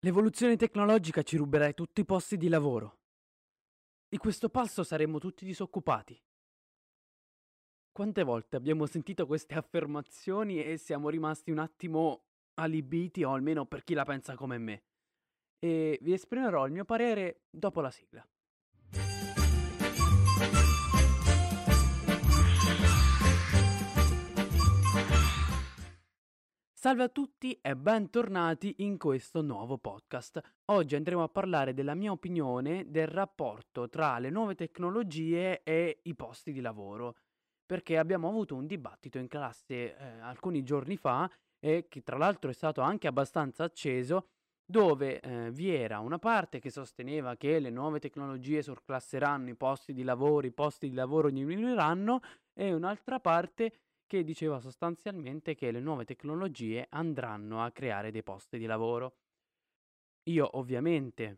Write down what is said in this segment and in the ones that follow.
L'evoluzione tecnologica ci ruberà tutti i posti di lavoro. Di questo passo saremo tutti disoccupati. Quante volte abbiamo sentito queste affermazioni e siamo rimasti un attimo allibiti, o almeno per chi la pensa come me. E vi esprimerò il mio parere dopo la sigla. Salve a tutti e bentornati in questo nuovo podcast. Oggi andremo a parlare della mia opinione del rapporto tra le nuove tecnologie e i posti di lavoro, perché abbiamo avuto un dibattito in classe alcuni giorni fa e che tra l'altro è stato anche abbastanza acceso, dove vi era una parte che sosteneva che le nuove tecnologie surclasseranno i posti di lavoro diminuiranno, e un'altra parte che diceva sostanzialmente che le nuove tecnologie andranno a creare dei posti di lavoro. Io ovviamente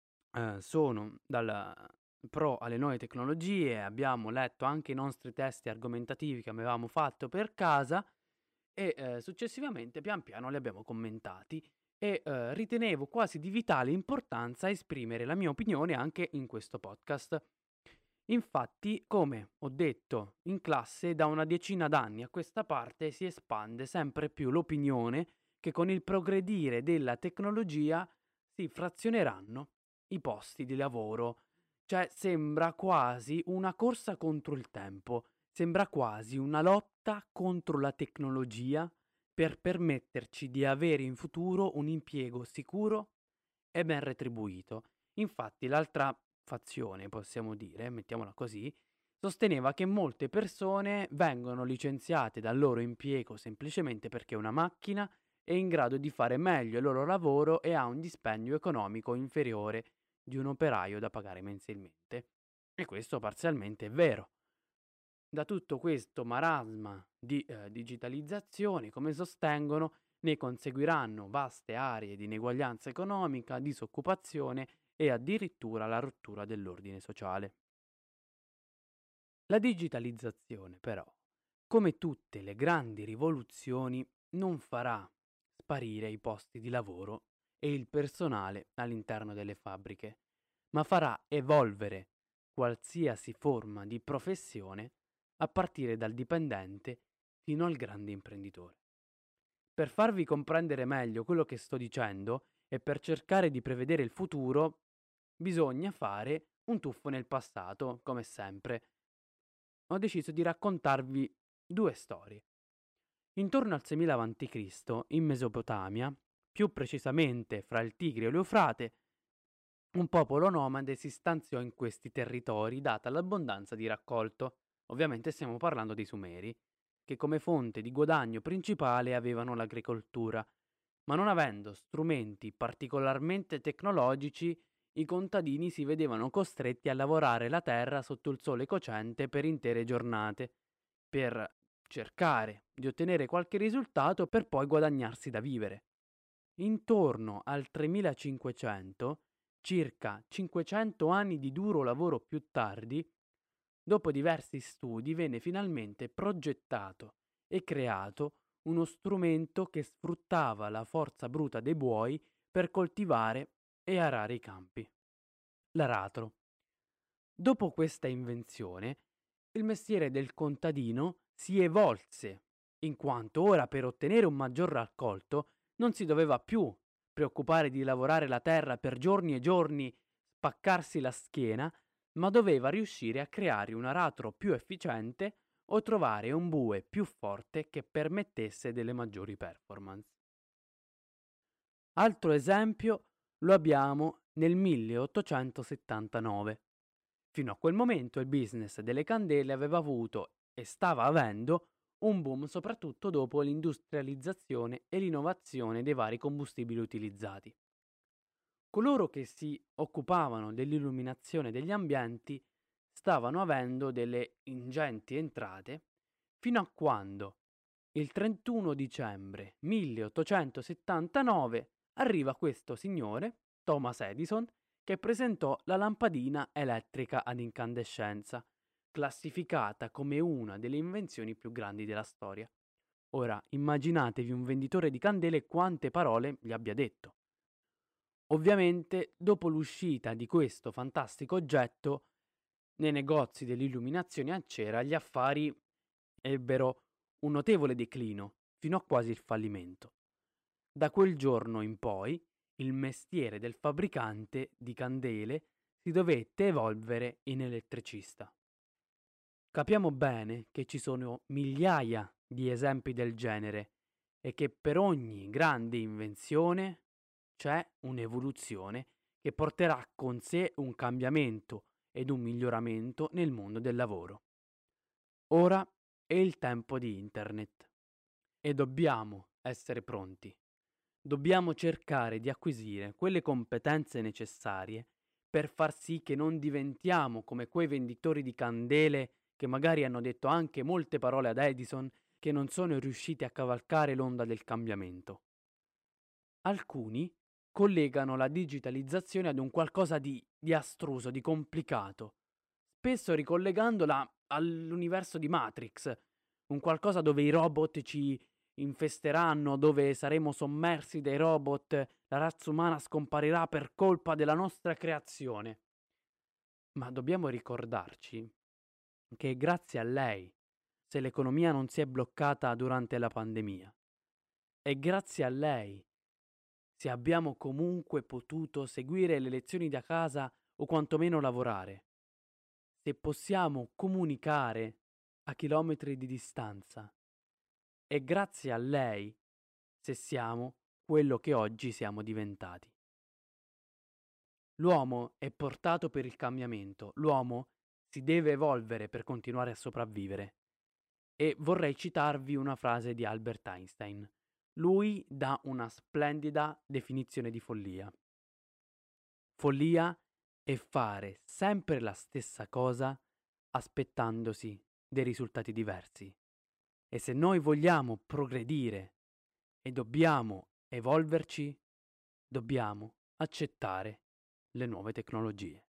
sono dal pro alle nuove tecnologie, abbiamo letto anche i nostri testi argomentativi che avevamo fatto per casa e successivamente pian piano li abbiamo commentati e ritenevo quasi di vitale importanza esprimere la mia opinione anche in questo podcast. Infatti, come ho detto in classe, da una decina d'anni a questa parte si espande sempre più l'opinione che con il progredire della tecnologia si frazioneranno i posti di lavoro. Cioè sembra quasi una corsa contro il tempo, sembra quasi una lotta contro la tecnologia per permetterci di avere in futuro un impiego sicuro e ben retribuito. Infatti l'altra fazione, possiamo dire, mettiamola così, sosteneva che molte persone vengono licenziate dal loro impiego semplicemente perché una macchina è in grado di fare meglio il loro lavoro e ha un dispendio economico inferiore di un operaio da pagare mensilmente. E questo parzialmente è vero. Da tutto questo marasma di digitalizzazione, come sostengono, ne conseguiranno vaste aree di ineguaglianza economica, disoccupazione e addirittura la rottura dell'ordine sociale. La digitalizzazione, però, come tutte le grandi rivoluzioni, non farà sparire i posti di lavoro e il personale all'interno delle fabbriche, ma farà evolvere qualsiasi forma di professione a partire dal dipendente fino al grande imprenditore. Per farvi comprendere meglio quello che sto dicendo e per cercare di prevedere il futuro, bisogna fare un tuffo nel passato, come sempre. Ho deciso di raccontarvi due storie. Intorno al 6000 a.C., in Mesopotamia, più precisamente fra il Tigri e l'Eufrate, un popolo nomade si stanziò in questi territori data l'abbondanza di raccolto. Ovviamente stiamo parlando dei Sumeri, che come fonte di guadagno principale avevano l'agricoltura, ma non avendo strumenti particolarmente tecnologici, i contadini si vedevano costretti a lavorare la terra sotto il sole cocente per intere giornate, per cercare di ottenere qualche risultato per poi guadagnarsi da vivere. Intorno al 3500, circa 500 anni di duro lavoro più tardi, dopo diversi studi venne finalmente progettato e creato uno strumento che sfruttava la forza bruta dei buoi per coltivare e arare i campi. L'aratro. Dopo questa invenzione, il mestiere del contadino si evolse, in quanto ora per ottenere un maggior raccolto non si doveva più preoccupare di lavorare la terra per giorni e giorni, spaccarsi la schiena, ma doveva riuscire a creare un aratro più efficiente o trovare un bue più forte che permettesse delle maggiori performance. Altro esempio lo abbiamo nel 1879. Fino a quel momento il business delle candele aveva avuto e stava avendo un boom soprattutto dopo l'industrializzazione e l'innovazione dei vari combustibili utilizzati. Coloro che si occupavano dell'illuminazione degli ambienti stavano avendo delle ingenti entrate fino a quando il 31 dicembre 1879 arriva questo signore, Thomas Edison, che presentò la lampadina elettrica ad incandescenza, classificata come una delle invenzioni più grandi della storia. Ora immaginatevi un venditore di candele quante parole gli abbia detto. Ovviamente, dopo l'uscita di questo fantastico oggetto, nei negozi dell'illuminazione a cera gli affari ebbero un notevole declino, fino a quasi il fallimento. Da quel giorno in poi, il mestiere del fabbricante di candele si dovette evolvere in elettricista. Capiamo bene che ci sono migliaia di esempi del genere e che per ogni grande invenzione c'è un'evoluzione che porterà con sé un cambiamento ed un miglioramento nel mondo del lavoro. Ora è il tempo di Internet e dobbiamo essere pronti. Dobbiamo cercare di acquisire quelle competenze necessarie per far sì che non diventiamo come quei venditori di candele che magari hanno detto anche molte parole ad Edison che non sono riusciti a cavalcare l'onda del cambiamento. Alcuni collegano la digitalizzazione ad un qualcosa di astruso, di complicato, spesso ricollegandola all'universo di Matrix, un qualcosa dove i robot ci infesteranno, dove saremo sommersi dai robot, la razza umana scomparirà per colpa della nostra creazione. Ma dobbiamo ricordarci che è grazie a lei se l'economia non si è bloccata durante la pandemia. È grazie a lei se abbiamo comunque potuto seguire le lezioni da casa o quantomeno lavorare. Se possiamo comunicare a chilometri di distanza. È grazie a lei se siamo quello che oggi siamo diventati. L'uomo è portato per il cambiamento, l'uomo si deve evolvere per continuare a sopravvivere. E vorrei citarvi una frase di Albert Einstein. Lui dà una splendida definizione di follia. Follia è fare sempre la stessa cosa aspettandosi dei risultati diversi. E se noi vogliamo progredire e dobbiamo evolverci, dobbiamo accettare le nuove tecnologie.